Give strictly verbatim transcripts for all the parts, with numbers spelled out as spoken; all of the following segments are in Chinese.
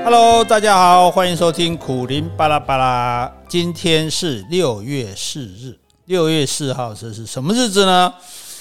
Hello， 大家好，欢迎收听苦苓巴拉巴拉。今天是六月四日，六月四号，这是什么日子呢？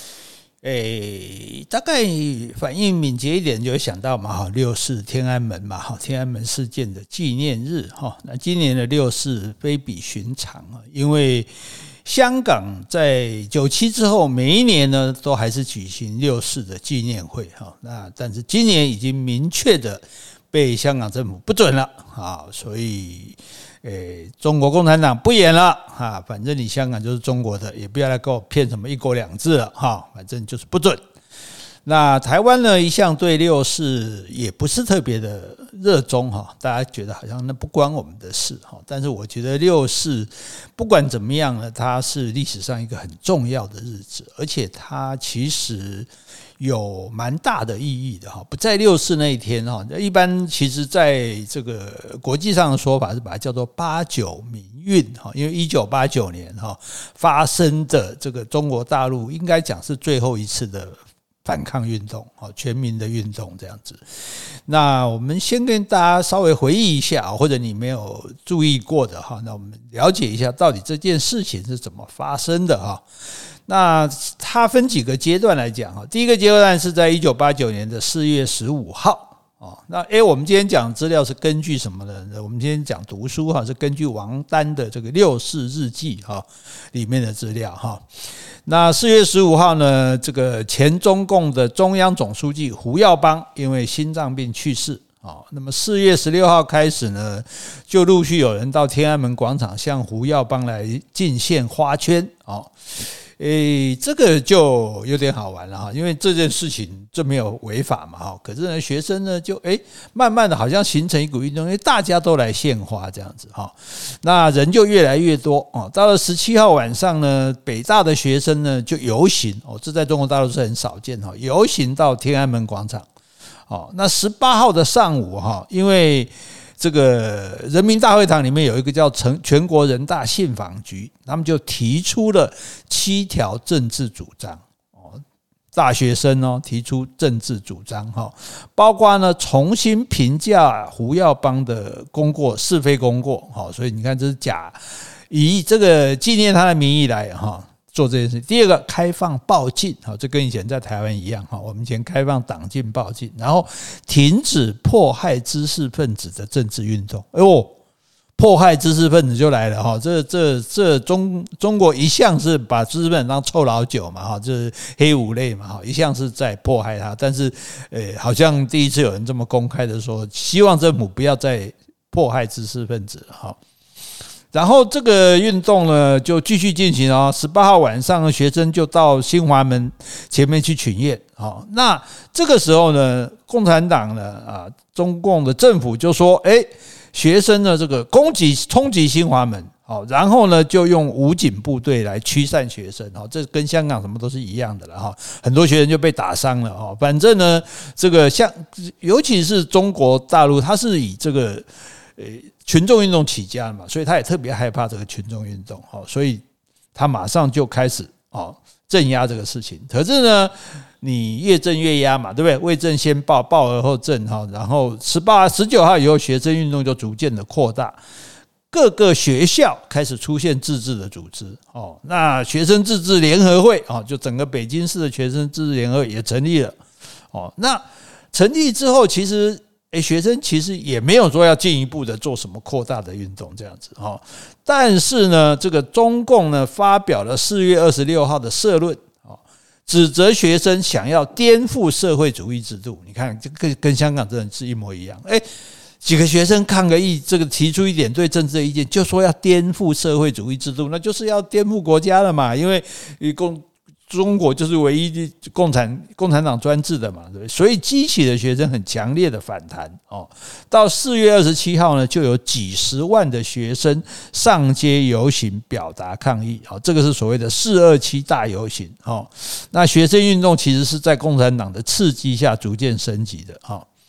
诶，大概反应敏捷一点就会想到嘛，六四天安门嘛，天安门事件的纪念日哈。那今年的六四非比寻常啊，因为香港在九七之后，每一年呢都还是举行六四的纪念会哈。那但是今年已经明确的被香港政府不准了啊，所以。诶，中国共产党不演了啊！反正你香港就是中国的，也不要来跟我骗什么一国两制了哈，反正就是不准。那台湾呢，一向对六四也不是特别的热衷哈，大家觉得好像那不关我们的事哈。但是我觉得六四不管怎么样呢，它是历史上一个很重要的日子，而且它其实有蛮大的意义的哈。不在六四那一天哈，一般其实在这个国际上的说法是把它叫做八九民运哈，因为一九八九年哈发生的这个中国大陆应该讲是最后一次的反抗运动，全民的运动这样子。那我们先跟大家稍微回忆一下，或者你没有注意过的哈，那我们了解一下到底这件事情是怎么发生的哈。那它分几个阶段来讲哈，第一个阶段是在一九八九年的四月十五号。哦，那诶，我们今天讲资料是根据什么呢？我们今天讲读书哈，是根据王丹的这个六四日记哈里面的资料哈。那四月十五号呢，这个前中共的中央总书记胡耀邦因为心脏病去世啊。那么四月十六号开始呢，就陆续有人到天安门广场向胡耀邦来敬献花圈啊。诶，这个就有点好玩了哈，因为这件事情就没有违法嘛哈，可是呢，学生呢就诶慢慢的好像形成一股运动，因为大家都来献花这样子哈，那人就越来越多哦。到了十七号晚上呢，北大的学生呢就游行哦，这在中国大陆是很少见哈，游行到天安门广场哦。那十八号的上午哈，因为这个人民大会堂里面有一个叫全国人大信访局，他们就提出了七条政治主张哦，大学生哦提出政治主张哈，包括呢重新评价胡耀邦的功过是非功过哈，所以你看这是假以这个纪念他的名义来哈做这件事。第二个，开放报禁，这跟以前在台湾一样，我们以前开放党禁报禁，然后停止迫害知识分子的政治运动。哎呦，迫害知识分子就来了哈，这这这中中国一向是把知识分子当臭老九嘛哈，就是黑五类嘛哈，一向是在迫害他，但是呃，好像第一次有人这么公开的说，希望政府不要再迫害知识分子哈。然后这个运动呢就继续进行哦，十八号晚上学生就到新华门前面去请愿哦。那这个时候呢，共产党呢啊，中共的政府就说，哎，学生呢这个攻击冲击新华门，好，然后呢就用武警部队来驱散学生，好，这跟香港什么都是一样的了哈，很多学生就被打伤了哈。反正呢，这个像尤其是中国大陆，它是以这个呃。群众运动起家嘛，所以他也特别害怕这个群众运动，所以他马上就开始镇压这个事情。可是呢，你越镇越压嘛，对不对？未震先暴，暴而后震，然后十八、十九号以后，学生运动就逐渐的扩大，各个学校开始出现自治的组织，那学生自治联合会就整个北京市的学生自治联合会也成立了。那成立之后，其实。诶，学生其实也没有说要进一步的做什么扩大的运动这样子哈，但是呢，这个中共呢发表了四月二十六号的社论，指责学生想要颠覆社会主义制度。你看，这个跟香港真的是一模一样。诶，几个学生抗个议，这个提出一点对政治的意见，就说要颠覆社会主义制度，那就是要颠覆国家了嘛，因为共。中国就是唯一共产共产党专制的嘛，对不对？所以激起的学生很强烈的反弹哦。到四月二十七号呢，就有几十万的学生上街游行表达抗议，哦，这个是所谓的四二七大游行哦。那学生运动其实是在共产党的刺激下逐渐升级的哦。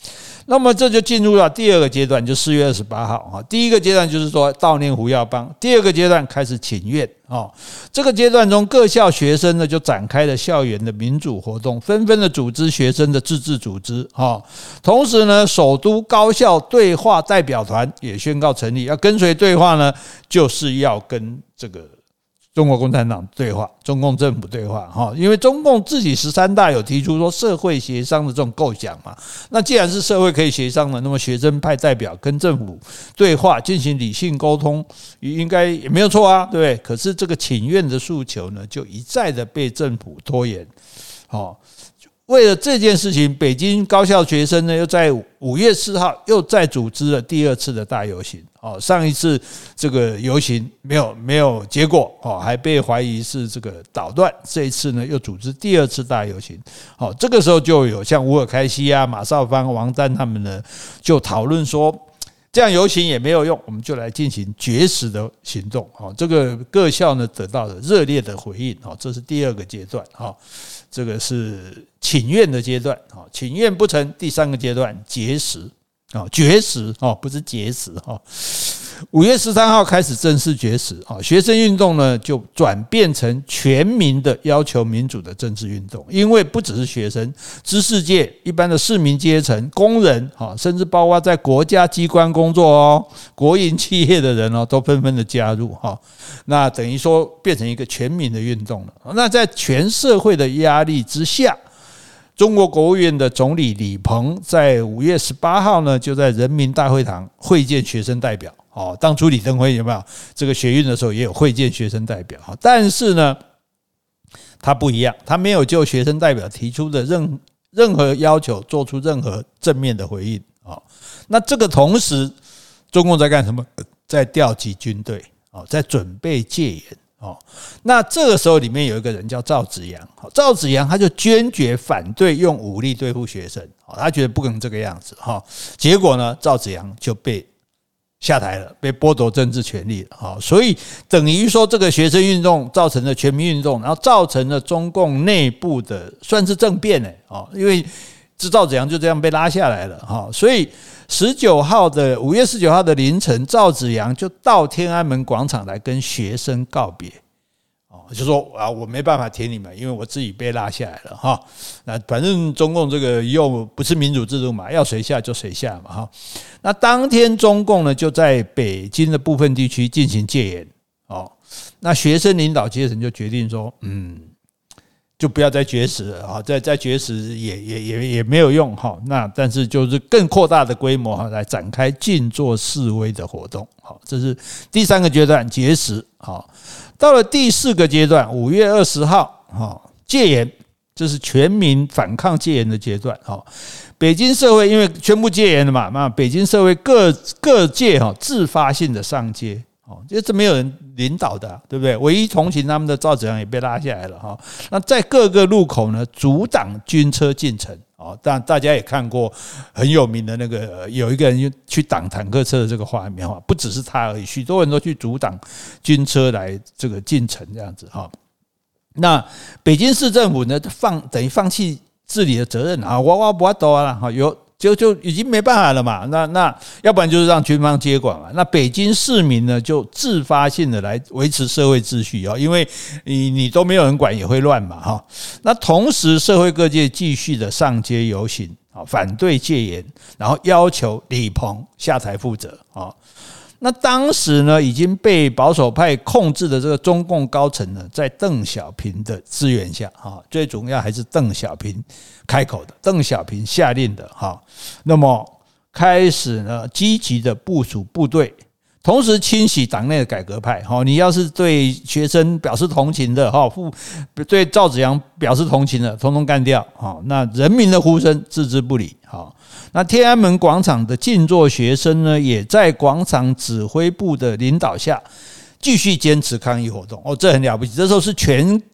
那么这就进入了第二个阶段，就四月二十八号。第一个阶段就是说悼念胡耀邦，第二个阶段开始请愿。这个阶段中，各校学生呢就展开了校园的民主活动，纷纷的组织学生的自治组织。同时呢，首都高校对话代表团也宣告成立，要跟谁对话呢？就是要跟这个中国共产党对话，中共政府对话，因为中共自己十三大有提出说社会协商的这种构想嘛。那既然是社会可以协商的，那么学生派代表跟政府对话，进行理性沟通，应该也没有错啊，对不对？可是这个请愿的诉求呢，就一再的被政府拖延。为了这件事情，北京高校学生呢又在五月四号又再组织了第二次的大游行。上一次这个游行没有没有结果，还被怀疑是这个捣乱。这一次呢又组织第二次大游行。这个时候就有像乌尔开西啊、马少芳、王丹他们呢就讨论说，这样游行也没有用，我们就来进行绝食的行动。这个各校呢得到了热烈的回应。这是第二个阶段。这个是请愿的阶段，请愿不成，第三个阶段绝食，绝食不是节食。五月十三号开始正式绝食，学生运动呢就转变成全民的要求民主的政治运动，因为不只是学生，知识界、一般的市民阶层、工人，甚至包括在国家机关工作哦、国营企业的人哦，都纷纷的加入。那等于说变成一个全民的运动了。那在全社会的压力之下，中国国务院的总理李鹏在五月十八号呢，就在人民大会堂会见学生代表。当初李登辉有没有这个学运的时候也有会见学生代表，但是呢，他不一样，他没有就学生代表提出的任任何要求做出任何正面的回应。那这个同时，中共在干什么？在调集军队，在准备戒严。那这个时候里面有一个人叫赵紫阳，赵紫阳他就坚决反对用武力对付学生，他觉得不可能这个样子。结果呢，赵紫阳就被下台了，被剥夺政治权利了。所以等于说这个学生运动造成了全民运动，然后造成了中共内部的算是政变，因为赵紫阳就这样被拉下来了。所以十九号的五月十九号的凌晨，赵紫阳就到天安门广场来跟学生告别。就说啊，我没办法挺你们，因为我自己被拉下来了哈。那反正中共这个又不是民主制度嘛，要谁下就谁下嘛哈。那当天中共呢就在北京的部分地区进行戒严哦。那学生领导阶层就决定说，嗯，就不要再绝食了啊，再再绝食也也也也没有用哈。那但是就是更扩大的规模哈，来展开静坐示威的活动。好，这是第三个阶段绝食。好。到了第四个阶段，五月二十号，戒严，这是全民反抗戒严的阶段。北京社会因为宣布戒严了嘛，那北京社会各各界自发性的上街，就是没有人领导的，对不对？唯一同情他们的赵紫阳也被拉下来了。那在各个路口呢，阻挡军车进城。但大家也看过很有名的那个，有一个人去挡坦克车的这个画面，不只是他而已，许多人都去阻挡军车来这个进城这样子。那北京市政府呢，放等于放弃治理的责任啊，我我不多啊，有就就已经没办法了嘛。那那要不然就是让军方接管嘛。那北京市民呢，就自发性的来维持社会秩序啊，因为你你都没有人管也会乱嘛哈。那同时社会各界继续的上街游行啊，反对戒严，然后要求李鹏下台负责啊。那当时呢，已经被保守派控制的这个中共高层呢，在邓小平的支援下，最主要还是邓小平开口的，邓小平下令的，那么开始呢，积极的部署部队，同时清洗党内的改革派。你要是对学生表示同情的，对赵紫阳表示同情的，统统干掉。那人民的呼声置之不理。那天安门广场的静坐学生呢，也在广场指挥部的领导下继续坚持抗议活动。哦，这很了不起，这时候是全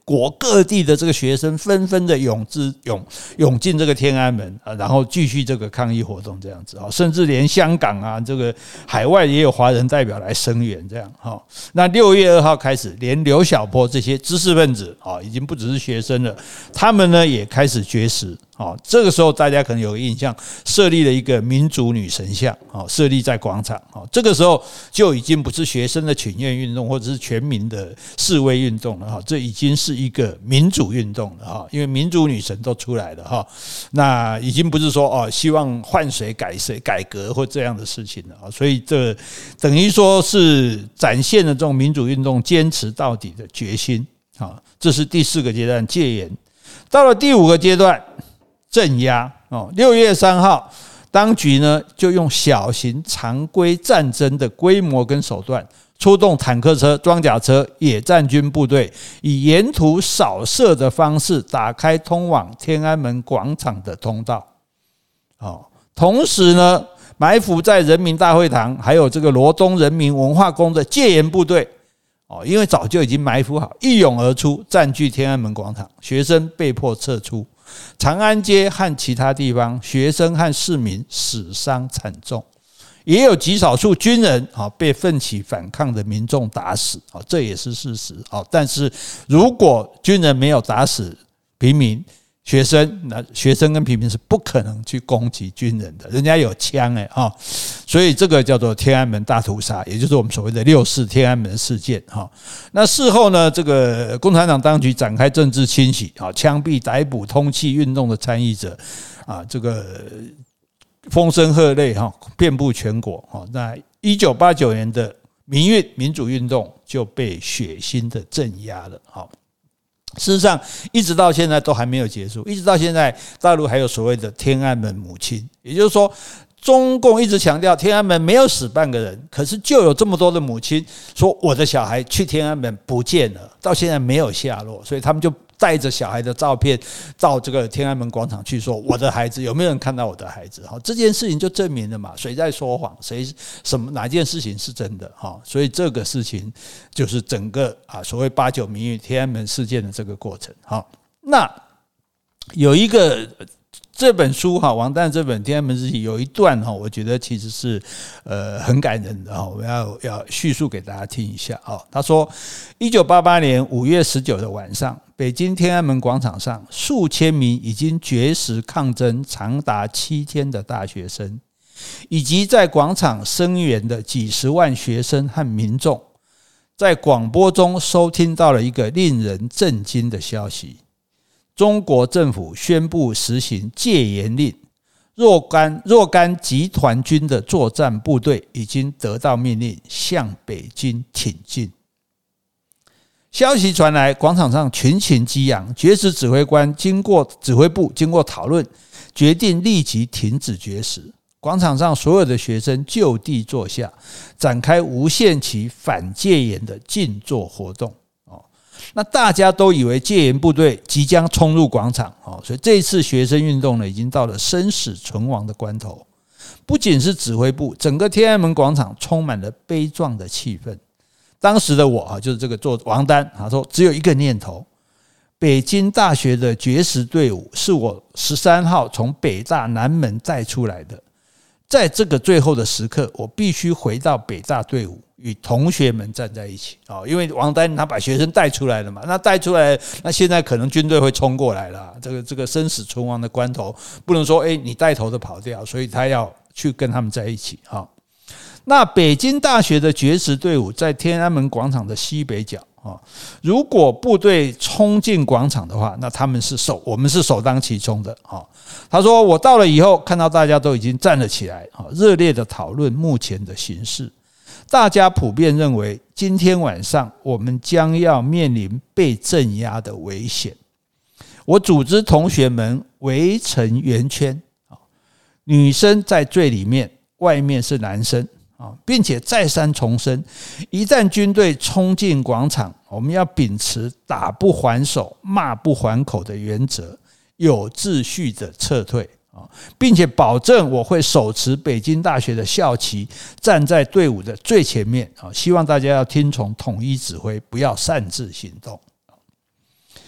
国各地的这个学生纷纷的涌至涌涌进这个天安门啊，然后继续这个抗议活动这样子啊，甚至连香港啊这个海外也有华人代表来声援这样哈。那六月二号开始，连刘晓波这些知识分子啊，已经不只是学生了，他们呢也开始绝食。哦，这个时候大家可能有个印象，设立了一个民主女神像，哦，设立在广场。哦，这个时候就已经不是学生的请愿运动，或者是全民的示威运动了，哈，这已经是一个民主运动了，哈，因为民主女神都出来了，哈，那已经不是说哦希望换谁改谁改革或这样的事情了，所以这等于说是展现了这种民主运动坚持到底的决心，啊，这是第四个阶段戒严。到了第五个阶段。镇压哦，六月三号，当局呢就用小型常规战争的规模跟手段，出动坦克车、装甲车、野战军部队，以沿途扫射的方式打开通往天安门广场的通道。哦，同时呢，埋伏在人民大会堂还有这个罗东人民文化宫的戒严部队。哦，因为早就已经埋伏好，一涌而出，占据天安门广场，学生被迫撤出。长安街和其他地方，学生和市民死伤惨重，也有极少数军人被奋起反抗的民众打死，这也是事实。但是如果军人没有打死平民，学生那学生跟平民是不可能去攻击军人的，人家有枪哎哈，所以这个叫做天安门大屠杀，也就是我们所谓的六四天安门事件哈。那事后呢，这个共产党当局展开政治清洗啊，枪毙逮捕通缉运动的参与者啊，这个风声鹤唳哈，遍布全国哈。那一九八九年的民运民主运动就被血腥的镇压了哈。事实上，一直到现在都还没有结束。一直到现在，大陆还有所谓的天安门母亲，也就是说，中共一直强调天安门没有死半个人，可是就有这么多的母亲说我的小孩去天安门不见了，到现在没有下落，所以他们就带着小孩的照片到这个天安门广场去说我的孩子，有没有人看到我的孩子？这件事情就证明了嘛，谁在说谎，谁什么哪件事情是真的？所以这个事情就是整个啊所谓八九民运天安门事件的这个过程。那有一个这本书哈，王诞这本《天安门日记》有一段哈，我觉得其实是呃很感人的哈，我要要叙述给大家听一下啊。他说，一九八八年五月十九的晚上，北京天安门广场上，数千名已经绝食抗争长达七天的大学生，以及在广场声援的几十万学生和民众，在广播中收听到了一个令人震惊的消息。中国政府宣布实行戒严令，若干若干集团军的作战部队已经得到命令向北京挺进。消息传来，广场上群情激昂，绝食指挥官经过指挥部经过讨论，决定立即停止绝食。广场上所有的学生就地坐下，展开无限期反戒严的静坐活动。那大家都以为戒严部队即将冲入广场，所以这一次学生运动呢，已经到了生死存亡的关头。不仅是指挥部，整个天安门广场充满了悲壮的气氛。当时的我就是这个做王丹，他说只有一个念头：北京大学的绝食队伍是我十三号从北大南门带出来的，在这个最后的时刻，我必须回到北大队伍，与同学们站在一起。因为王丹他把学生带出来了嘛，那带出来，那现在可能军队会冲过来了，这个这个生死存亡的关头，不能说哎你带头的跑掉，所以他要去跟他们在一起。那北京大学的绝食队伍在天安门广场的西北角，如果部队冲进广场的话，那他们是首我们是首当其冲的。他说我到了以后，看到大家都已经站了起来，热烈的讨论目前的形势。大家普遍认为，今天晚上我们将要面临被镇压的危险。我组织同学们围成圆圈，女生在最里面，外面是男生，并且再三重申，一旦军队冲进广场，我们要秉持打不还手、骂不还口的原则，有秩序的撤退，并且保证我会手持北京大学的校旗，站在队伍的最前面。希望大家要听从统一指挥，不要擅自行动。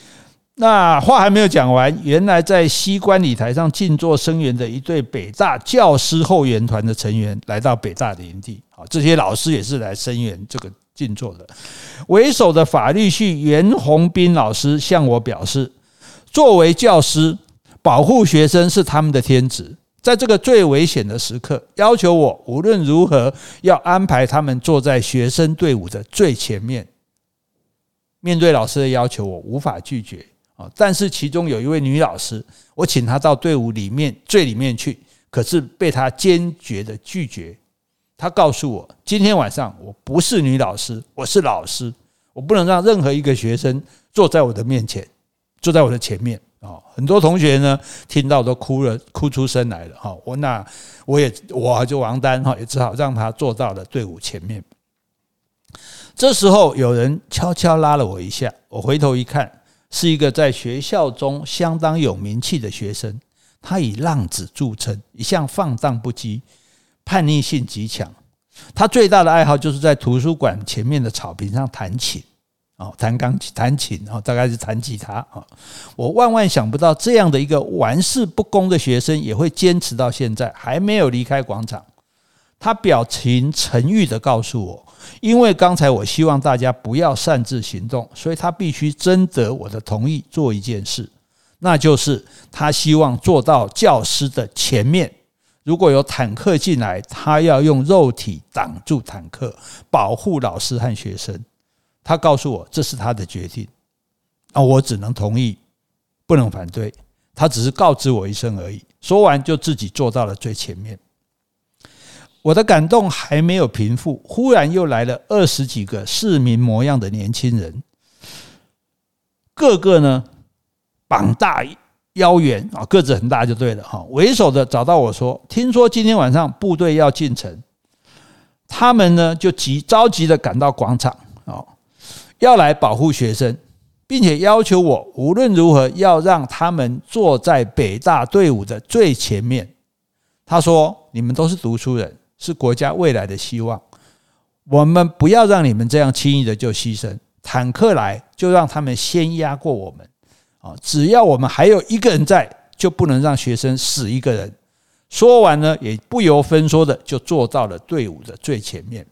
那话还没有讲完，原来在西观礼台上静坐声援的一对北大教师后援团的成员来到北大的营地，这些老师也是来声援这个静坐的。为首的法律系袁宏斌老师向我表示，作为教师，保护学生是他们的天职，在这个最危险的时刻，要求我无论如何要安排他们坐在学生队伍的最前面。面对老师的要求，我无法拒绝，但是其中有一位女老师，我请她到队伍里面最里面去，可是被她坚决的拒绝。她告诉我，今天晚上我不是女老师，我是老师，我不能让任何一个学生坐在我的面前，坐在我的前面。很多同学呢听到都哭了，哭出声来了。我那我也我就王丹也只好让他坐到了队伍前面。这时候有人悄悄拉了我一下，我回头一看，是一个在学校中相当有名气的学生，他以浪子著称，一向放荡不羁，叛逆性极强。他最大的爱好就是在图书馆前面的草坪上弹琴。弹钢琴、弹琴，大概是弹吉他。我万万想不到，这样的一个玩世不恭的学生也会坚持到现在，还没有离开广场。他表情沉郁地告诉我，因为刚才我希望大家不要擅自行动，所以他必须征得我的同意做一件事，那就是他希望坐到教师的前面。如果有坦克进来，他要用肉体挡住坦克，保护老师和学生。他告诉我这是他的决定，我只能同意，不能反对。他只是告知我一声而已，说完就自己坐到了最前面。我的感动还没有平复，忽然又来了二十几个市民模样的年轻人，个个呢膀大腰圆，个子很大就对了。为首的找到我说，听说今天晚上部队要进城，他们呢就急着急的赶到广场，要来保护学生，并且要求我无论如何要让他们坐在北大队伍的最前面。他说，你们都是读书人，是国家未来的希望，我们不要让你们这样轻易的就牺牲，坦克来就让他们先压过我们，只要我们还有一个人在，就不能让学生死一个人。说完呢，也不由分说的就坐到了队伍的最前面。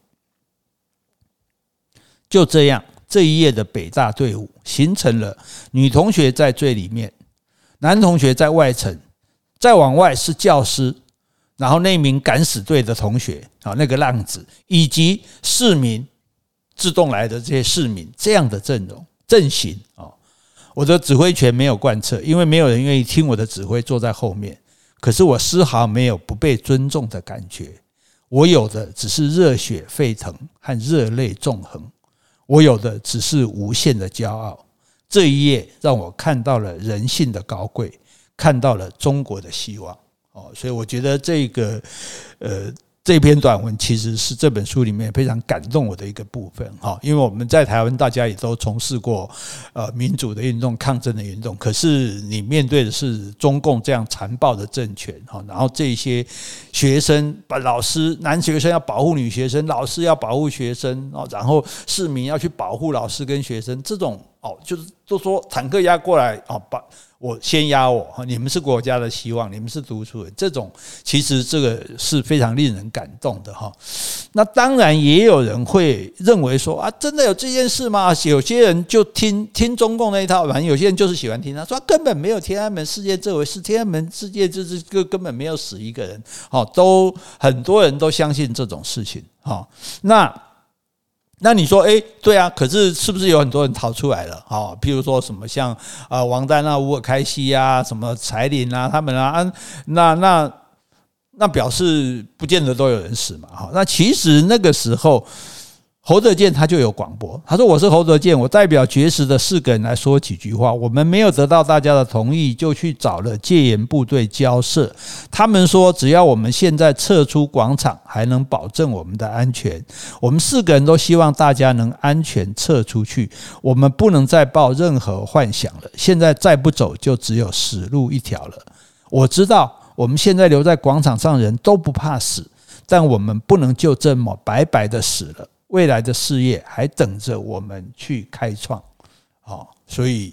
就这样，这一页的北大队伍形成了女同学在最里面，男同学在外层，再往外是教师，然后那名敢死队的同学，那个浪子，以及市民自动来的这些市民，这样的阵容阵型。我的指挥权没有贯彻，因为没有人愿意听我的指挥，坐在后面。可是我丝毫没有不被尊重的感觉，我有的只是热血沸腾和热泪纵横，我有的只是无限的骄傲。这一页让我看到了人性的高贵，看到了中国的希望。所以我觉得这个呃这篇短文其实是这本书里面非常感动我的一个部分。因为我们在台湾大家也都从事过呃民主的运动、抗争的运动，可是你面对的是中共这样残暴的政权，然后这些学生把老师男学生要保护女学生，老师要保护学生，然后市民要去保护老师跟学生，这种哦就是都说坦克压过来哦把我先压我，你们是国家的希望，你们是读书人，这种其实这个是非常令人感动的哈。那当然也有人会认为说啊，真的有这件事吗？有些人就听听中共那一套，反正有些人就是喜欢听他说根本没有天安门事件这回事，天安门事件就是根本没有死一个人，都很多人都相信这种事情。那那你说，哎，对啊，可是是不是有很多人逃出来了？哦，譬如说什么像啊王丹啊、乌尔开西啊、什么柴林啊他们啊，那那那表示不见得都有人死嘛。哈，那其实那个时候侯德健他就有广播，他说：“我是侯德健，我代表绝食的四个人来说几句话。我们没有得到大家的同意，就去找了戒严部队交涉。他们说，只要我们现在撤出广场，还能保证我们的安全。我们四个人都希望大家能安全撤出去。我们不能再抱任何幻想了。现在再不走，就只有死路一条了。我知道，我们现在留在广场上人都不怕死，但我们不能就这么白白的死了。”未来的事业还等着我们去开创。所以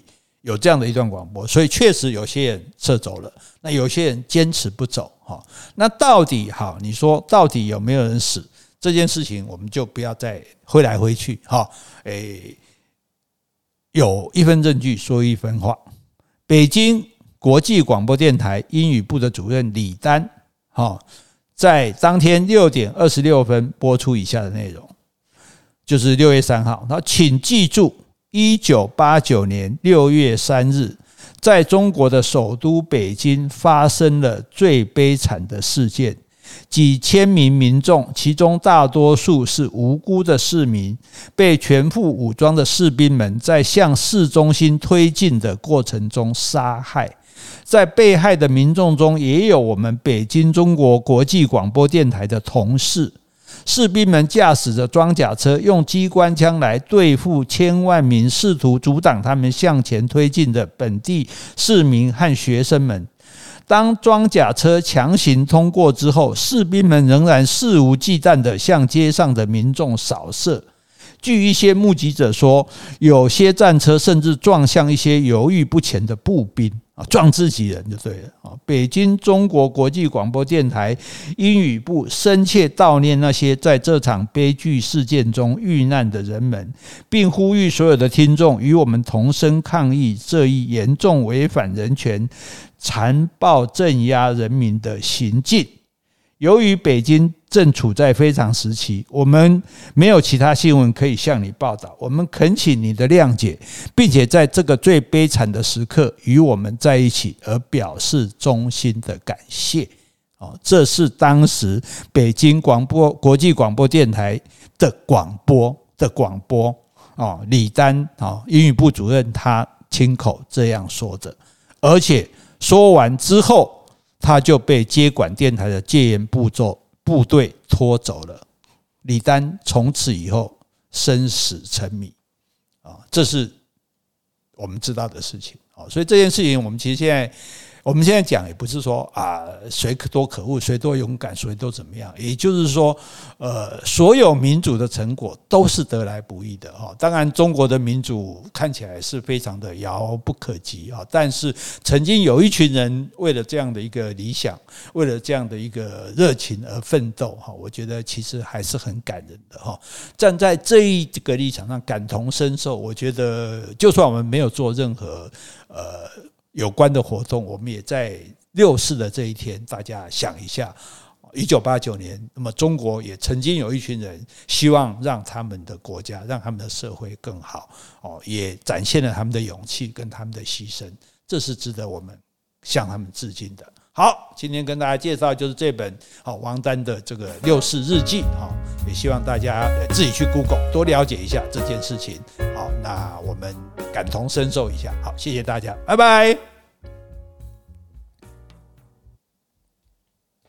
有这样的一段广播，所以确实有些人撤走了，那有些人坚持不走。那到底好，你说到底有没有人死这件事情，我们就不要再挥来挥去。诶，有一分证据说一分话。北京国际广播电台英语部的主任李丹在当天六点二十六分播出以下的内容，就是六月三号，他请记住一九八九年六月三日在中国的首都北京发生了最悲惨的事件，几千名民众，其中大多数是无辜的市民，被全副武装的士兵们在向市中心推进的过程中杀害。在被害的民众中也有我们北京中国国际广播电台的同事。士兵们驾驶着装甲车，用机关枪来对付千万名试图阻挡他们向前推进的本地市民和学生们。当装甲车强行通过之后，士兵们仍然肆无忌惮地向街上的民众扫射。据一些目击者说，有些战车甚至撞向一些犹豫不前的步兵，撞自己人就对了。北京中国国际广播电台英语部深切悼念那些在这场悲剧事件中遇难的人们，并呼吁所有的听众与我们同声抗议这一严重违反人权、残暴镇压人民的行径。由于北京正处在非常时期，我们没有其他新闻可以向你报道，我们恳请你的谅解，并且在这个最悲惨的时刻与我们在一起，而表示衷心的感谢。这是当时北京广播国际广播电台的广播的广播，李丹英语部主任他亲口这样说的，而且说完之后，他就被接管电台的戒严部奏部队拖走了。李丹从此以后生死成谜，这是我们知道的事情。所以这件事情我们其实现在我们现在讲也不是说啊谁多可恶谁多勇敢谁多怎么样，也就是说呃所有民主的成果都是得来不易的哈。当然中国的民主看起来是非常的遥不可及啊，但是曾经有一群人为了这样的一个理想，为了这样的一个热情而奋斗哈，我觉得其实还是很感人的哈。站在这一个立场上感同身受，我觉得就算我们没有做任何呃有关的活动，我们也在六四的这一天，大家想一下，一九八九年，那么中国也曾经有一群人希望让他们的国家、让他们的社会更好，也展现了他们的勇气跟他们的牺牲，这是值得我们向他们致敬的。好，今天跟大家介绍就是这本王丹的这个六四日记，也希望大家自己去 Google 多了解一下这件事情。好，那我们感同身受一下。好，谢谢大家，拜拜。